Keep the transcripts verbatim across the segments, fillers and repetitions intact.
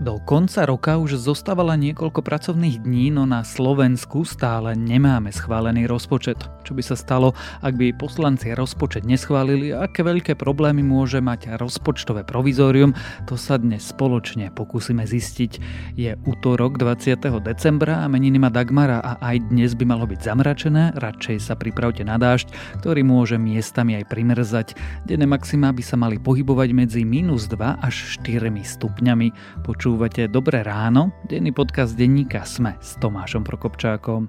Do konca roka už zostávala niekoľko pracovných dní, no na Slovensku stále nemáme schválený rozpočet. Čo by sa stalo, ak by poslanci rozpočet neschválili a aké veľké problémy môže mať rozpočtové provizórium, to sa dnes spoločne pokúsime zistiť. Je utorok dvadsiateho decembra a meniny má Dagmara a aj dnes by malo byť zamračené, radšej sa pripravte na dážď, ktorý môže miestami aj primrzať. Denné maximá by sa mali pohybovať medzi mínus dva až štyri stupňami. Počúvate Dobré ráno, denný podcast denníka SME s Tomášom Prokopčákom.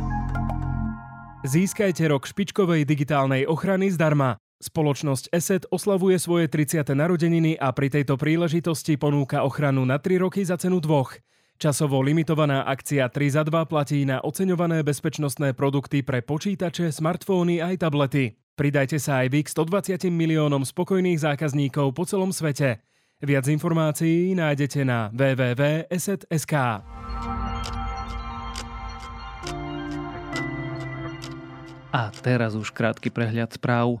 Získajte rok špičkovej digitálnej ochrany zdarma. Spoločnosť ESET oslavuje svoje tridsiate narodeniny a pri tejto príležitosti ponúka ochranu na tri roky za cenu dvoch. Časovo limitovaná akcia tri za dva platí na oceňované bezpečnostné produkty pre počítače, smartfóny aj tablety. Pridajte sa aj vy k stodvadsať miliónom spokojných zákazníkov po celom svete. Viac informácií nájdete na w w w bodka e s e t bodka es ka. A teraz už krátky prehľad správ.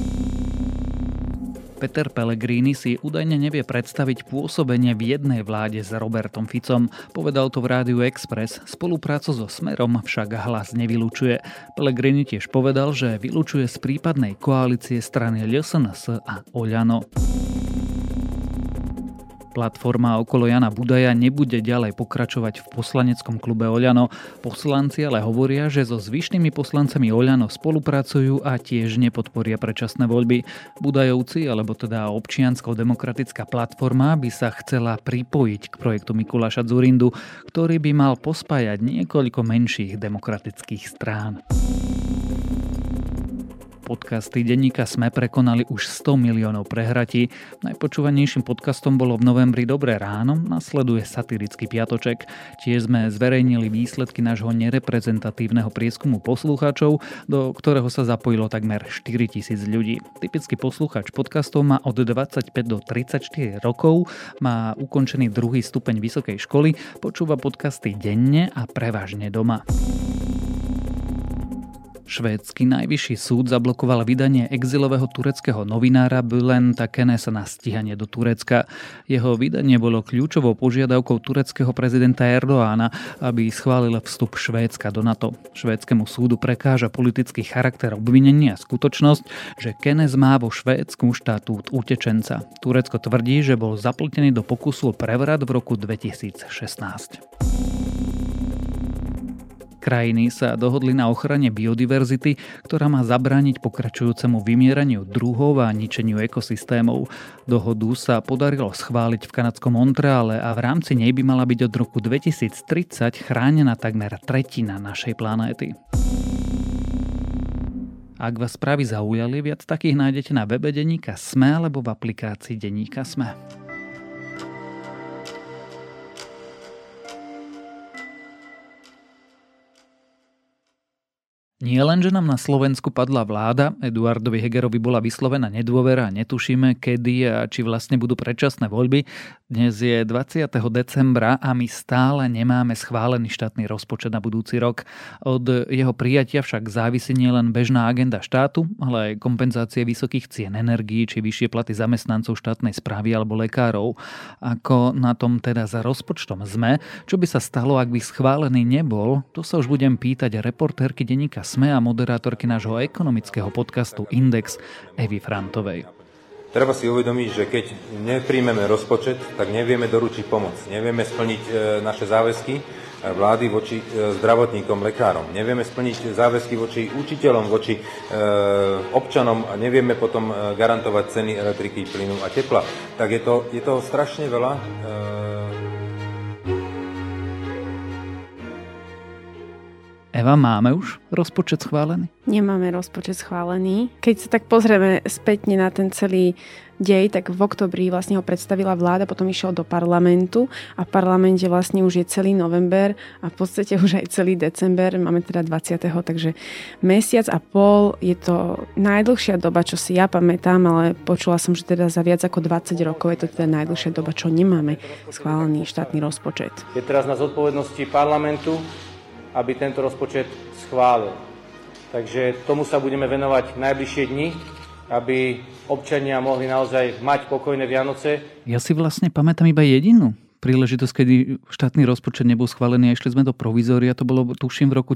Peter Pellegrini si údajne nevie predstaviť pôsobenie v jednej vláde s Robertom Ficom. Povedal to v Rádiu Express. Spoluprácu so Smerom však Hlas nevylučuje. Pellegrini tiež povedal, že vylučuje z prípadnej koalície strany el es en es a Oľano. Platforma okolo Jana Budaja nebude ďalej pokračovať v poslaneckom klube Oľano. Poslanci ale hovoria, že so zvyšnými poslancami Oľano spolupracujú a tiež nepodporia predčasné voľby. Budajovci, alebo teda občiansko-demokratická platforma, by sa chcela pripojiť k projektu Mikuláša Dzurindu, ktorý by mal pospájať niekoľko menších demokratických strán. Podcasty denníka SME prekonali už sto miliónov prehratí. Najpočúvanejším podcastom bolo v novembri Dobré ráno, nasleduje satirický piatoček. Tiež sme zverejnili výsledky nášho nereprezentatívneho prieskumu poslucháčov, do ktorého sa zapojilo takmer štyritisíc ľudí. Typický poslucháč podcastov má od dvadsaťpäť do tridsaťštyri rokov, má ukončený druhý stupeň vysokej školy, počúva podcasty denne a prevažne doma. Švédsky najvyšší súd zablokoval vydanie exilového tureckého novinára Bülenta Kenesa na stíhanie do Turecka. Jeho vydanie bolo kľúčovou požiadavkou tureckého prezidenta Erdoána, aby schválil vstup Švédska do NATO. Švédskému súdu prekáža politický charakter obvinenia a skutočnosť, že Kenes má vo Švédsku štatút utečenca. Turecko tvrdí, že bol zapletený do pokusu o prevrat v roku dvetisícšestnásť. Krajiny sa dohodli na ochrane biodiverzity, ktorá má zabrániť pokračujúcemu vymieraniu druhov a ničeniu ekosystémov. Dohodu sa podarilo schváliť v kanadskom Montreale a v rámci nej by mala byť od roku dvetisíctridsať chránená takmer tretina našej planéty. Ak vás správy zaujali, viac takých nájdete na webe denníka SME alebo v aplikácii denníka SME. Nie len, že nám na Slovensku padla vláda, Eduardovi Hegerovi bola vyslovená nedôvera a netušíme, kedy a či vlastne budú predčasné voľby. Dnes je dvadsiateho decembra a my stále nemáme schválený štátny rozpočet na budúci rok. Od jeho prijatia však závisí nielen bežná agenda štátu, ale aj kompenzácie vysokých cien energií či vyššie platy zamestnancov štátnej správy alebo lekárov. Ako na tom teda za rozpočtom sme, čo by sa stalo, ak by schválený nebol, to sa už budem pýtať reportérky denníka SME a moderátorky nášho ekonomického podcastu Index Evy Frantovej. Treba si uvedomiť, že keď nepríjmeme rozpočet, tak nevieme doručiť pomoc. Nevieme splniť e, naše záväzky vlády voči e, zdravotníkom, lekárom. Nevieme splniť záväzky voči učiteľom, voči e, občanom a nevieme potom e, garantovať ceny elektriky, plynu a tepla. Tak je to, je to strašne veľa. E, Eva, máme už rozpočet schválený? Nemáme rozpočet schválený. Keď sa tak pozrieme spätne na ten celý dej, tak v oktobri vlastne ho predstavila vláda, potom išiel do parlamentu a v parlamente vlastne už je celý november a v podstate už aj celý december, máme teda dvadsiateho takže mesiac a pol je to najdlhšia doba, čo si ja pamätám, ale počula som, že teda za viac ako dvadsať rokov je to teda najdlhšia doba, čo nemáme schválený štátny rozpočet. Je teraz na zodpovednosti parlamentu, aby tento rozpočet schválil. Takže tomu sa budeme venovať najbližšie dni, aby občania mohli naozaj mať pokojné Vianoce. Ja si vlastne pamätám iba jedinú príležitosť, kedy štátny rozpočet nebol schválený a išli sme do provizória. To bolo, tuším, v roku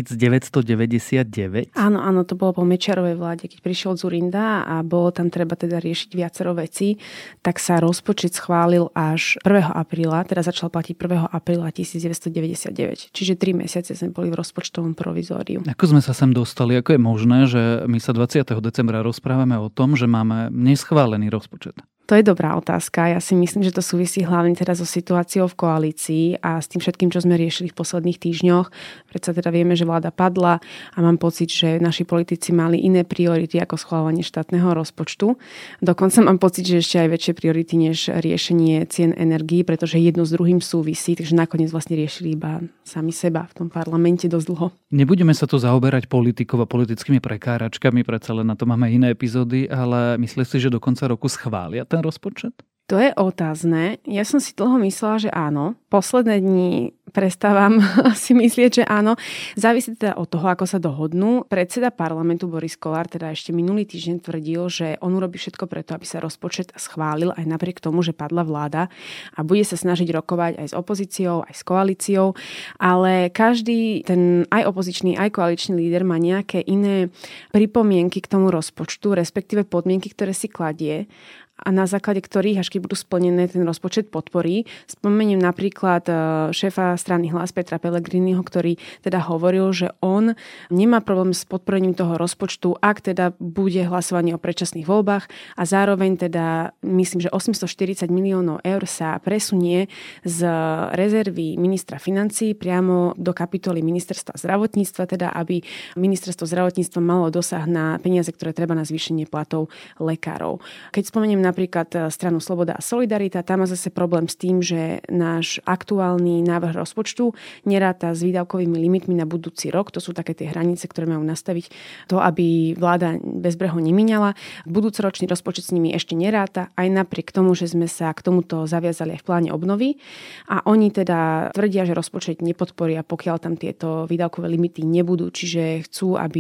devätnásťstodeväťdesiatdeväť. Áno, áno, to bolo po Mečiarovej vláde, keď prišiel Dzurinda a bolo tam treba teda riešiť viacero vecí, tak sa rozpočet schválil až prvého apríla, teda začal platiť prvého apríla devätnásťstodeväťdesiatdeväť. Čiže tri mesiace sme boli v rozpočtovom provizóriu. Ako sme sa sem dostali? Ako je možné, že my sa dvadsiateho decembra rozprávame o tom, že máme neschválený rozpočet? To je dobrá otázka. Ja si myslím, že to súvisí hlavne teda so situáciou v koalícii a s tým všetkým, čo sme riešili v posledných týždňoch. Predsa teda vieme, že vláda padla a mám pocit, že naši politici mali iné priority ako schvaľovanie štátneho rozpočtu. Dokonca mám pocit, že ešte aj väčšie priority než riešenie cien energií, pretože jedno s druhým súvisí, takže nakoniec vlastne riešili iba sami seba v tom parlamente dosť dlho. Nebudeme sa tu zaoberať politikou a politickými prekáračkami, predsa len na to máme iné epizódy, ale myslíš si, že do konca roku schvália ten rozpočet? To je otázne. Ja som si dlho myslela, že áno. Posledné dni prestávam si myslieť, že áno. Závisí teda od toho, ako sa dohodnú. Predseda parlamentu Boris Kollár teda ešte minulý týždeň tvrdil, že on urobí všetko preto, aby sa rozpočet schválil aj napriek tomu, že padla vláda a bude sa snažiť rokovať aj s opozíciou, aj s koalíciou. Ale každý ten aj opozičný, aj koaličný líder má nejaké iné pripomienky k tomu rozpočtu, respektíve podmienky, ktoré si kladie a na základe ktorých, až keď budú splnené, ten rozpočet podporí. Spomeniem napríklad šéfa strany Hlas Petra Pellegriniho, ktorý teda hovoril, že on nemá problém s podporením toho rozpočtu, ak teda bude hlasovanie o predčasných voľbách a zároveň teda myslím, že osemstoštyridsať miliónov eur sa presunie z rezervy ministra financií priamo do kapitoly ministerstva zdravotníctva, teda aby ministerstvo zdravotníctva malo dosah na peniaze, ktoré treba na zvýšenie platov lekárov. Keď spomeniem napríklad stranu Sloboda a Solidarita, tam má zase problém s tým, že náš aktuálny návrh rozpočtu neráta s výdavkovými limitmi na budúci rok. To sú také tie hranice, ktoré majú nastaviť to, aby vláda bezbreho nemíňala. Budúcoročný rozpočet s nimi ešte neráta, aj napriek tomu, že sme sa k tomuto zaviazali aj v pláne obnovy. A oni teda tvrdia, že rozpočet nepodporia, pokiaľ tam tieto výdavkové limity nebudú. Čiže chcú, aby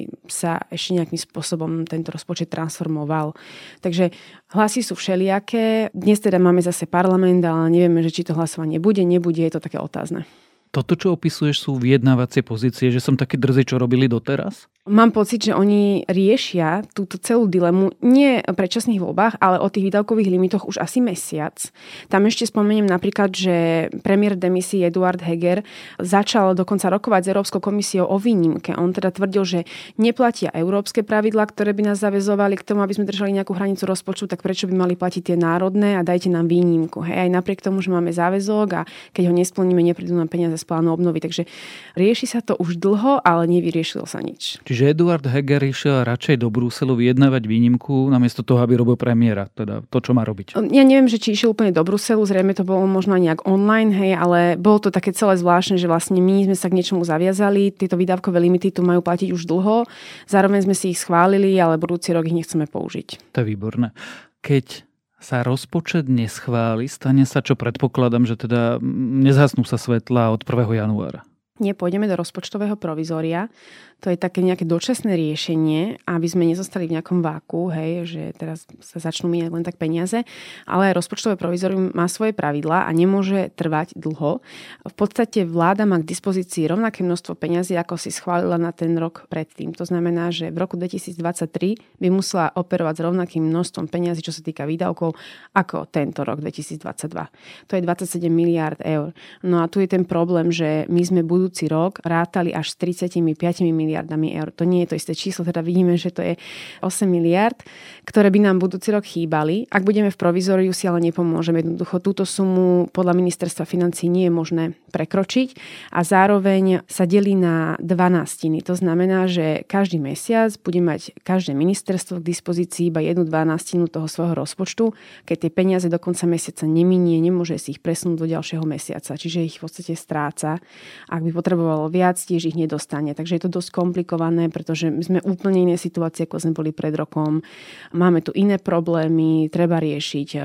sa ešte nejakým spôsobom tento rozpočet transformoval. Takže hlasy sú všelijaké. Dnes teda máme zase parlament, ale nevieme, že či to hlasovanie bude, nebude, je to také otázne. Toto, čo opisuješ, sú vyjednávacie pozície, že som taký drzý, čo robili doteraz? Mám pocit, že oni riešia túto celú dilemu nie o predčasných voľbách, ale o tých výdavkových limitoch už asi mesiac. Tam ešte spomeniem napríklad, že premiér demisí Eduard Heger začal dokonca rokovať s Európskou komisiou o výnimke. On teda tvrdil, že neplatia európske pravidlá, ktoré by nás zaväzovali k tomu, aby sme držali nejakú hranicu rozpočtu, tak prečo by mali platiť tie národné a dajte nám výnimku. Hej, aj napriek tomu, že máme záväzok a keď ho nesplníme, neprídu nám peniaze z plánu obnovy. Takže rieši sa to už dlho, ale nevyriešilo sa nič. Čiže Eduard Heger išiel radšej do Bruselu vyjednávať výnimku namiesto toho, aby robil premiéra, teda to, čo má robiť. Ja neviem, že či išiel úplne do Bruselu, zrejme to bolo možno nejak online, hej, ale bolo to také celé zvláštne, že vlastne my sme sa k niečomu zaviazali, tieto výdavkové limity tu majú platiť už dlho, zároveň sme si ich schválili, ale budúci rok ich nechceme použiť. To je výborné. Keď sa rozpočet neschváli, stane sa, čo predpokladám, že teda nezhasnú sa svetla od prvého januára. Nepôjdeme do rozpočtového provizória. To je také nejaké dočasné riešenie, aby sme nezostali v nejakom váku, hej, že teraz sa začnú míňať len tak peniaze. Ale aj rozpočtové provizórium má svoje pravidlá a nemôže trvať dlho. V podstate vláda má k dispozícii rovnaké množstvo peňazí, ako si schválila na ten rok predtým. To znamená, že v roku dvetisícdvadsaťtri by musela operovať s rovnakým množstvom peňazí, čo sa týka výdavkov, ako tento rok dvetisícdvadsaťdva. To je dvadsaťsedem miliárd eur. No a tu je ten problém, že my sme budúci rok rátali až s tridsaťpäť miliardami eur. To nie je to isté číslo, teda vidíme, že to je osem miliárd, ktoré by nám budúci rok chýbali. Ak budeme v provizóriu, si ale nepomôžeme. Jednoducho túto sumu podľa ministerstva financií nie je možné prekročiť a zároveň sa delí na dvanástiny. To znamená, že každý mesiac bude mať každé ministerstvo k dispozícii iba jednu dvanástinu toho svojho rozpočtu. Keď tie peniaze do konca mesiaca neminie, nemôže si ich presunúť do ďalšieho mesiaca. Čiže ich v podstate stráca. Ak by potrebovalo viac, tiež ich nedostane. Takže je to dosť komplikované, pretože sme úplne iné situácie, ako sme boli pred rokom. Máme tu iné problémy, treba riešiť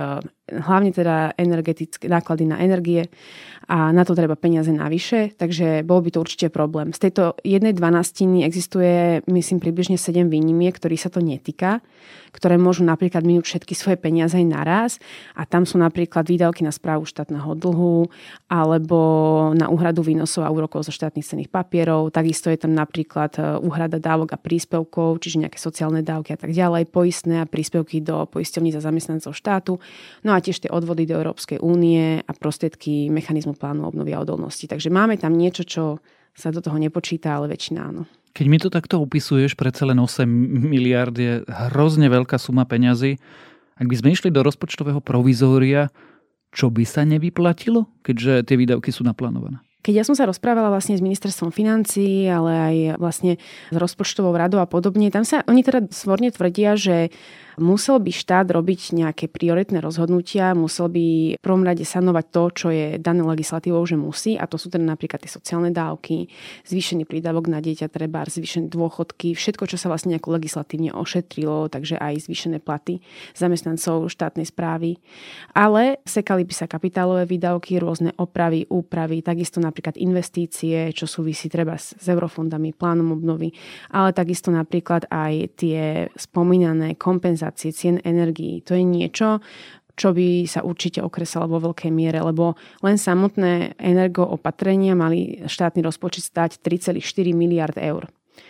hlavne teda energetické náklady na energie a na to treba peniaze navyše, takže bol by to určite problém. Z tejto jednej dvanástiny existuje, myslím, približne sedem výnimiek, ktorých sa to netýka, ktoré môžu napríklad minúť všetky svoje peniaze aj naraz a tam sú napríklad výdavky na správu štátneho dlhu alebo na úhradu výnosov a úrokov zo štátnych cenných papierov. Takisto je tam napríklad úhrada dávok a príspevkov, čiže nejaké sociálne dávky a tak ďalej, poistné a príspevky do poisťovní za zamestnancov štátu, no a tiež tie odvody do Európskej únie a prostriedky mechanizmu plánu obnovy a odolnosti. Takže máme tam niečo, čo sa do toho nepočíta, ale väčšina áno. Keď mi to takto opisuješ, predsa len osem miliárd je hrozne veľká suma peňazí. Ak by sme išli do rozpočtového provizória, čo by sa nevyplatilo, keďže tie výdavky sú naplánované? Keď ja som sa rozprávala vlastne s ministerstvom financií, ale aj vlastne s rozpočtovou radou a podobne, tam sa oni teda svorne tvrdia, že musel by štát robiť nejaké prioritné rozhodnutia, musel by v prvom rade sanovať to, čo je dané legislatívou, že musí, a to sú teda napríklad tie sociálne dávky, zvýšený prídavok na dieťa, treba zvýšené dôchodky, všetko, čo sa vlastne nejako legislatívne ošetrilo, takže aj zvýšené platy zamestnancov štátnej správy. Ale sekali by sa kapitálové výdavky, rôzne opravy, úpravy, takisto napríklad investície, čo súvisí treba s eurofondami, plánom obnovy, ale takisto napríklad aj tie spomínané kompenzácie cien energií. To je niečo, čo by sa určite okresalo vo veľkej miere, lebo len samotné energoopatrenia mali štátny rozpočet stáť tri celé štyri miliárd eur.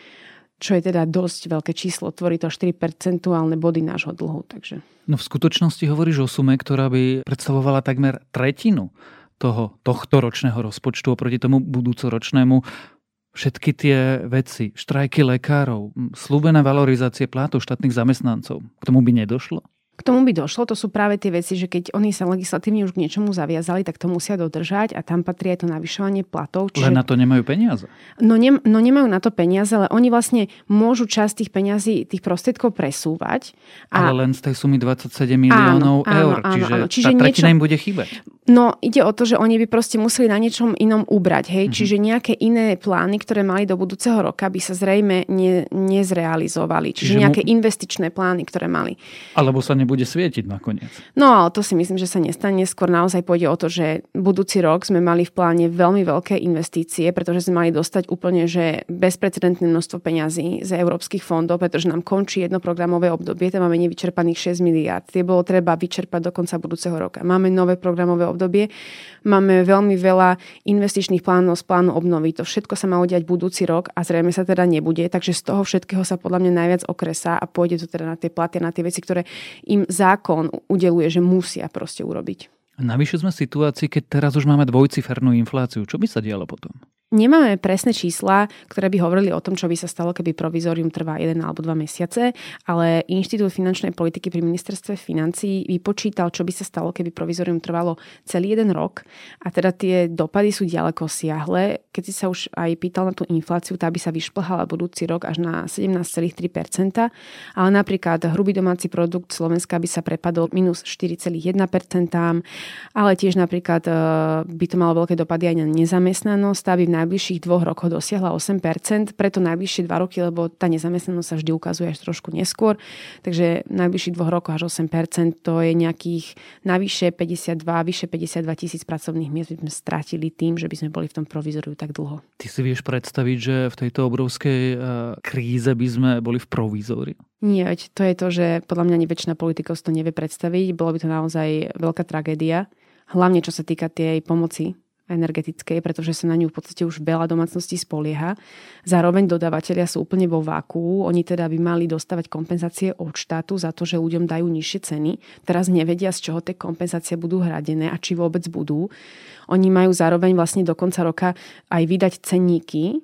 Čo je teda dosť veľké číslo. Tvorí to štyri percentuálne body nášho dlhu. Takže. No v skutočnosti hovoríš o sume, ktorá by predstavovala takmer tretinu toho tohto ročného rozpočtu oproti tomu budúcoročnému. Všetky tie veci, štrajky lekárov, slúbené valorizácie plátov štátnych zamestnancov, k tomu by nedošlo? K tomu by došlo, to sú práve tie veci, že keď oni sa legislatívne už k niečomu zaviazali, tak to musia dodržať a tam patrí aj to navyšovanie platov. Čiže... Len na to nemajú peniaze? No, ne, no nemajú na to peniaze, ale oni vlastne môžu časť tých peňazí, tých prostriedkov presúvať. A... Ale len z tej sumy dvadsaťsedem miliónov áno, eur, áno, čiže, áno. čiže tá tretina niečo... im bude chýbať. No ide o to, že oni by proste museli na niečom inom ubrať, hej, mm-hmm. čiže nejaké iné plány, ktoré mali do budúceho roka, by sa zrejme ne, nezrealizovali. Čiže, čiže nejaké mu... investičné plány, ktoré mali. Alebo sa nebude svietiť nakoniec. No ale to si myslím, že sa nestane. Skôr naozaj pôjde o to, že budúci rok sme mali v pláne veľmi veľké investície, pretože sme mali dostať úplne že bezprecedentné množstvo peňazí z európskych fondov, pretože nám končí jedno programové obdobie, tam máme nevyčerpaných šesť miliárd. Tie bolo treba vyčerpať do konca budúceho roka. Máme nové programové obdobie, máme veľmi veľa investičných plánov z plánu obnovy. To všetko sa má udiať budúci rok a zrejme sa teda nebude, takže z toho všetkého sa podľa mňa najviac okresá a pôjde to teda na tie platy, na tie veci, ktoré im zákon udeluje, že musia proste urobiť. Navyše sme v situácii, keď teraz už máme dvojcifernú infláciu. Čo by sa dialo potom? Nemáme presné čísla, ktoré by hovorili o tom, čo by sa stalo, keby provizorium trvá jeden alebo dva mesiace, ale Inštitút finančnej politiky pri ministerstve financií vypočítal, čo by sa stalo, keby provizorium trvalo celý jeden rok. A teda tie dopady sú ďaleko siahle. Keď si sa už aj pýtal na tú infláciu, tá by sa vyšplhala budúci rok až na sedemnásť celá tri percenta, ale napríklad hrubý domáci produkt Slovenska by sa prepadol minus štyri celá jeden percenta, ale tiež napríklad by to malo veľké dopady aj na nezamestnanosť, tá by v najbližších dvoch rokoch dosiahla osem percent, preto najbližšie dva roky, lebo tá nezamestnanosť sa vždy ukazuje až trošku neskôr, takže v najbližších dvoch rokoch až osem percent, to je nejakých navyše päťdesiatdva, vyše päťdesiatdva tisíc pracovných miest by sme strátili tým, že by sme boli v tom provizoriu tak dlho. Ty si vieš predstaviť, že v tejto obrovskej kríze by sme boli v provizóriu? Nie, to je to, že podľa mňa ani väčšina politikov si to nevie predstaviť. Bolo by to naozaj veľká tragédia, hlavne čo sa týka tej pomoci energetickej, pretože sa na ňu v podstate už veľa domácností spolieha. Zároveň dodávateľia sú úplne vo vákuu. Oni teda by mali dostávať kompenzácie od štátu za to, že ľuďom dajú nižšie ceny. Teraz nevedia, z čoho tie kompenzácie budú hradené a či vôbec budú. Oni majú zároveň vlastne do konca roka aj vydať cenníky,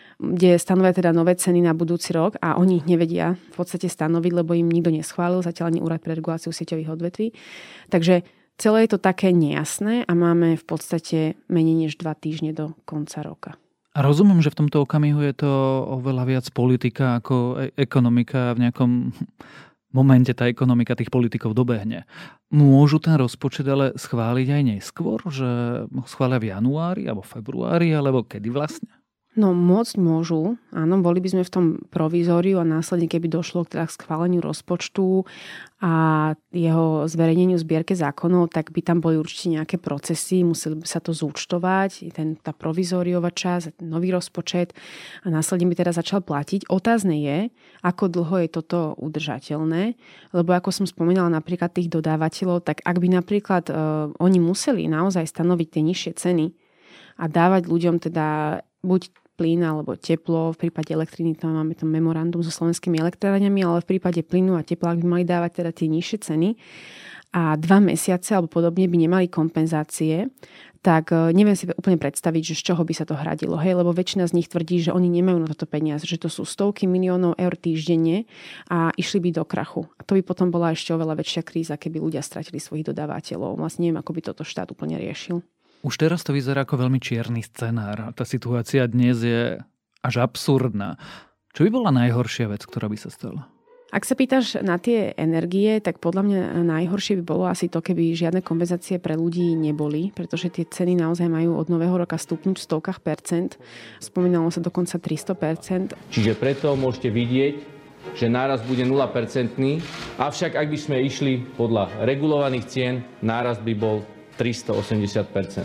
kde stanovia teda nové ceny na budúci rok a oni ich nevedia v podstate stanoviť, lebo im nikto neschválil, zatiaľ ani Úrad pre reguláciu sieťových odvetví. Takže celé je to také nejasné a máme v podstate menej než dva týždne do konca roka. A rozumiem, že v tomto okamihu je to oveľa viac politika ako ekonomika. V nejakom momente tá ekonomika tých politikov dobehne. Môžu ten rozpočet ale schváliť aj neskôr? Že ho schvália v januári alebo februári, alebo kedy vlastne? No môcť môžu, áno, boli by sme v tom provízoriu a následne, keby došlo teda k schváleniu rozpočtu a jeho zverejneniu v zbierke zákonov, tak by tam boli určite nejaké procesy, museli by sa to zúčtovať, ten, tá provízoriová časť, nový rozpočet a následne by teda začal platiť. Otázne je, ako dlho je toto udržateľné, lebo ako som spomínala napríklad tých dodávateľov, tak ak by napríklad uh, oni museli naozaj stanoviť tie nižšie ceny a dávať ľuďom teda buď plyn alebo teplo, v prípade elektriny tam máme to memorandum so slovenskými elektrárňami, ale v prípade plynu a tepla by mali dávať teda tie nižšie ceny a dva mesiace alebo podobne by nemali kompenzácie, tak neviem si úplne predstaviť, že z čoho by sa to hradilo. Hej, lebo väčšina z nich tvrdí, že oni nemajú na toto peniaze, že to sú stovky miliónov eur týždenne a išli by do krachu. A to by potom bola ešte oveľa väčšia kríza, keby ľudia stratili svojich dodávateľov. Vlastne neviem, ako by toto štát úplne riešil. Už teraz to vyzerá ako veľmi čierny scenár. Tá situácia dnes je až absurdná. Čo by bola najhoršia vec, ktorá by sa stala? Ak sa pýtaš na tie energie, tak podľa mňa najhoršie by bolo asi to, keby žiadne kompenzácie pre ľudí neboli, pretože tie ceny naozaj majú od nového roka stúpnuť v stovkách percent. Spomínalo sa dokonca tristo percent. Čiže preto môžete vidieť, že nárast bude nula percent, avšak ak by sme išli podľa regulovaných cien, nárast by bol tristoosemdesiat percent.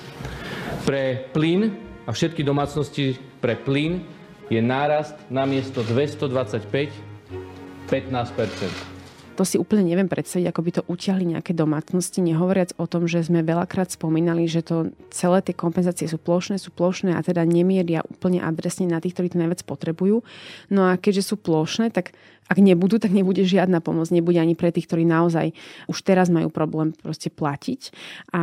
Pre plyn a všetky domácnosti pre plyn je nárast namiesto dvestodvadsaťpäť pätnásť percent. To si úplne neviem predstaviť, ako by to utiahli nejaké domácnosti, nehovoriac o tom, že sme veľakrát spomínali, že to celé tie kompenzácie sú plošné, sú plošné a teda nemieria úplne adresne na tých, ktorí to najviac potrebujú. No a keďže sú plošné, tak ak nebudú, tak nebude žiadna pomoc. Nebude ani pre tých, ktorí naozaj už teraz majú problém proste platiť. A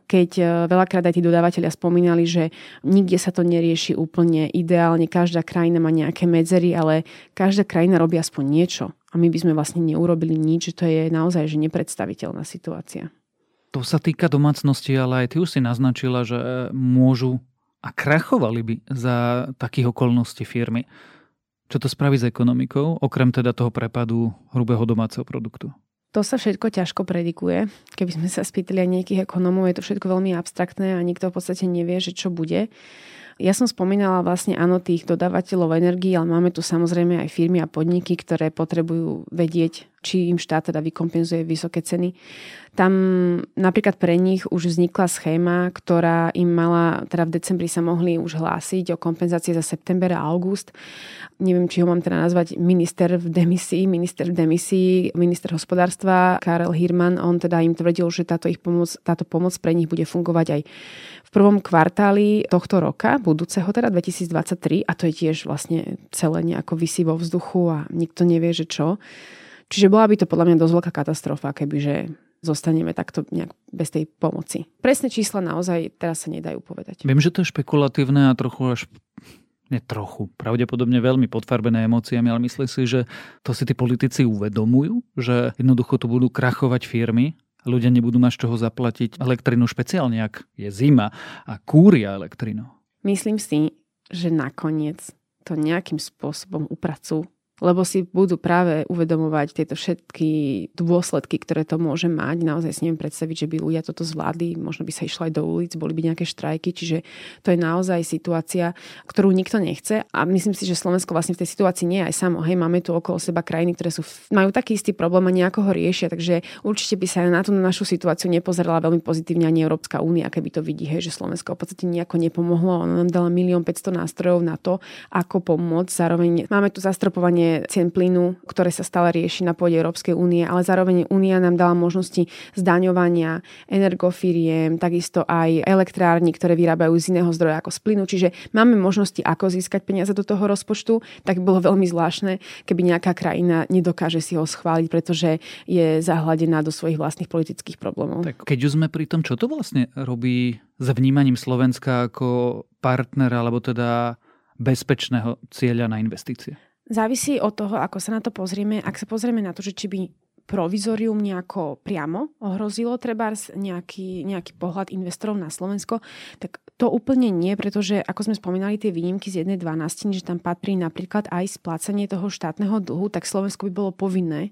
keď veľakrát aj tí dodávateľia spomínali, že nikde sa to nerieši úplne ideálne, každá krajina má nejaké medzery, ale každá krajina robí aspoň niečo. A my by sme vlastne neurobili nič, že to je naozaj že nepredstaviteľná situácia. To sa týka domácnosti, ale aj ty už si naznačila, že môžu a krachovali by za takých okolností firmy. Čo to spraví s ekonomikou, okrem teda toho prepadu hrubého domáceho produktu? To sa všetko ťažko predikuje. Keby sme sa spýtali aj nejakých ekonómov, je to všetko veľmi abstraktné a nikto v podstate nevie, že čo bude. Ja som spomínala vlastne áno tých dodávateľov energií, ale máme tu samozrejme aj firmy a podniky, ktoré potrebujú vedieť, či im štát teda vykompenzuje vysoké ceny. Tam napríklad pre nich už vznikla schéma, ktorá im mala, teda v decembri sa mohli už hlásiť o kompenzácie za september a august. Neviem, či ho mám teda nazvať minister v demisii, minister v demisii, minister hospodárstva Karel Hirman. On teda im tvrdil, že táto ich pomoc, táto pomoc pre nich bude fungovať aj v prvom kvartáli tohto roka, budúceho teda dvetisícdvadsaťtri, a to je tiež vlastne celé nejako visí vo vzduchu a nikto nevie, že čo. Čiže bola by to podľa mňa dosť veľká katastrofa, kebyže zostaneme takto nejak bez tej pomoci. Presné čísla naozaj teraz sa nedajú povedať. Viem, že to je špekulatívne a trochu až, nie trochu, pravdepodobne veľmi podfarbené emóciami, ale myslím si, že to si tí politici uvedomujú, že jednoducho tu budú krachovať firmy, ľudia nebudú mať z čoho zaplatiť elektrinu, špeciálne ak je zima a kúria elektrinu. Myslím si, že nakoniec to nejakým spôsobom upracujú, lebo si budú práve uvedomovať tieto všetky dôsledky, ktoré to môže mať. Naozaj si neviem predstaviť, že by ľudia toto zvládli, možno by sa išlo aj do ulic, boli by nejaké štrajky, čiže to je naozaj situácia, ktorú nikto nechce. A myslím si, že Slovensko vlastne v tej situácii nie je aj samo. Hej, máme tu okolo seba krajiny, ktoré sú, majú taký istý problém a nejako ho riešia, takže určite by sa na tú našu situáciu nepozerala veľmi pozitívne ani Európska únia, keby to vidí, hej, že Slovensko v podstate nejako nepomohlo. Ona nám dala milión päťsto nástrojov na to, ako pomôcť. Zároveň máme tu zastropovanie cien plynu, ktoré sa stále rieši na pôde Európskej únie, ale zároveň únia nám dala možnosti zdaňovania energofiriem, takisto aj elektrární, ktoré vyrábajú z iného zdroja ako z plynu. Čiže máme možnosti, ako získať peniaze do toho rozpočtu, tak by bolo veľmi zvláštne, keby nejaká krajina nedokáže si ho schváliť, pretože je zahladená do svojich vlastných politických problémov. Tak keď už sme pri tom, čo to vlastne robí s vnímaním Slovenska ako partnera, alebo teda bezpečného cieľa na investície? Závisí od toho, ako sa na to pozrieme. Ak sa pozrieme na to, že či by provizorium nejako priamo ohrozilo trebárs nejaký, nejaký pohľad investorov na Slovensko, tak to úplne nie, pretože ako sme spomínali tie výnimky z jednej dvanástiny, že tam patrí napríklad aj splácanie toho štátneho dlhu, tak Slovensko by bolo povinné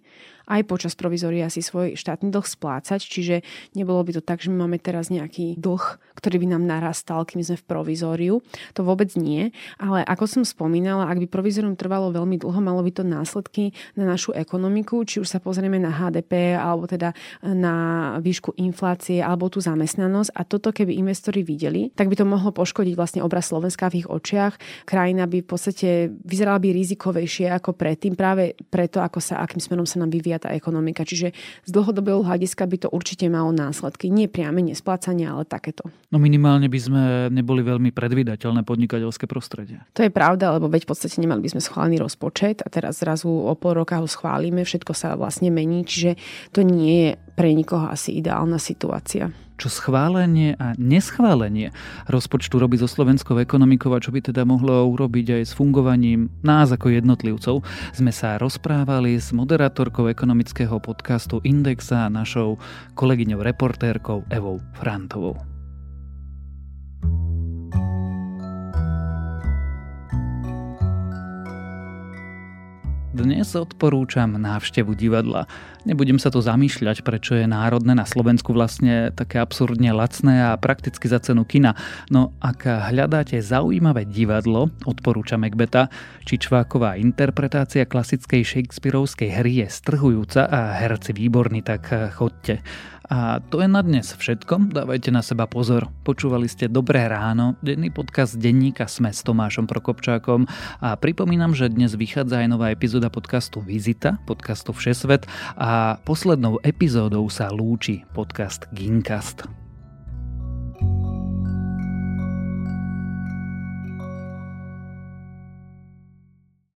aj počas provizória si svoj štátny dlh splácať, čiže nebolo by to tak, že my máme teraz nejaký dlh, ktorý by nám narastal, kým sme v provizóriu. To vôbec nie, ale ako som spomínala, ak by provizórium trvalo veľmi dlho, malo by to následky na našu ekonomiku, či už sa pozrieme na há dé pé, alebo teda na výšku inflácie, alebo tú zamestnanosť. A toto, keby investori videli, tak by to mohlo poškodiť vlastne obraz Slovenska v ich očiach. Krajina by v podstate vyzerala by rizikovejšie ako predtým, práve preto, ako sa, akým smerom sa nám vyvíja tá ekonomika. Čiže z dlhodobého hľadiska by to určite malo následky. Nie priame nesplácania, ale takéto. No minimálne by sme neboli veľmi predvídateľné podnikateľské prostredie. To je pravda, lebo veď v podstate nemali by sme schválený rozpočet a teraz zrazu o pol roka ho schválime, všetko sa vlastne mení, čiže to nie je pre nikoho asi ideálna situácia. Čo schválenie a neschválenie rozpočtu robí so slovenskou ekonomikou a čo by teda mohlo urobiť aj s fungovaním nás ako jednotlivcov, sme sa rozprávali s moderátorkou ekonomického podcastu Indexa, našou kolegyňou reportérkou Evou Frantovou. Dnes odporúčam návštevu divadla. Nebudem sa tu zamýšľať, prečo je národné na Slovensku vlastne také absurdne lacné a prakticky za cenu kina. No ak hľadáte zaujímavé divadlo, odporúčam Macbetha. Čičváková interpretácia klasickej shakespearovskej hry je strhujúca a herci výborní, tak chodte. A to je na dnes všetko. Dávajte na seba pozor. Počúvali ste Dobré ráno, denný podcast denníka SME s Tomášom Prokopčákom a pripomínam, že dnes vychádza aj nová epizóda podcastu Vizita, podcastu Všesvet a poslednou epizódou sa lúči podcast Gincast.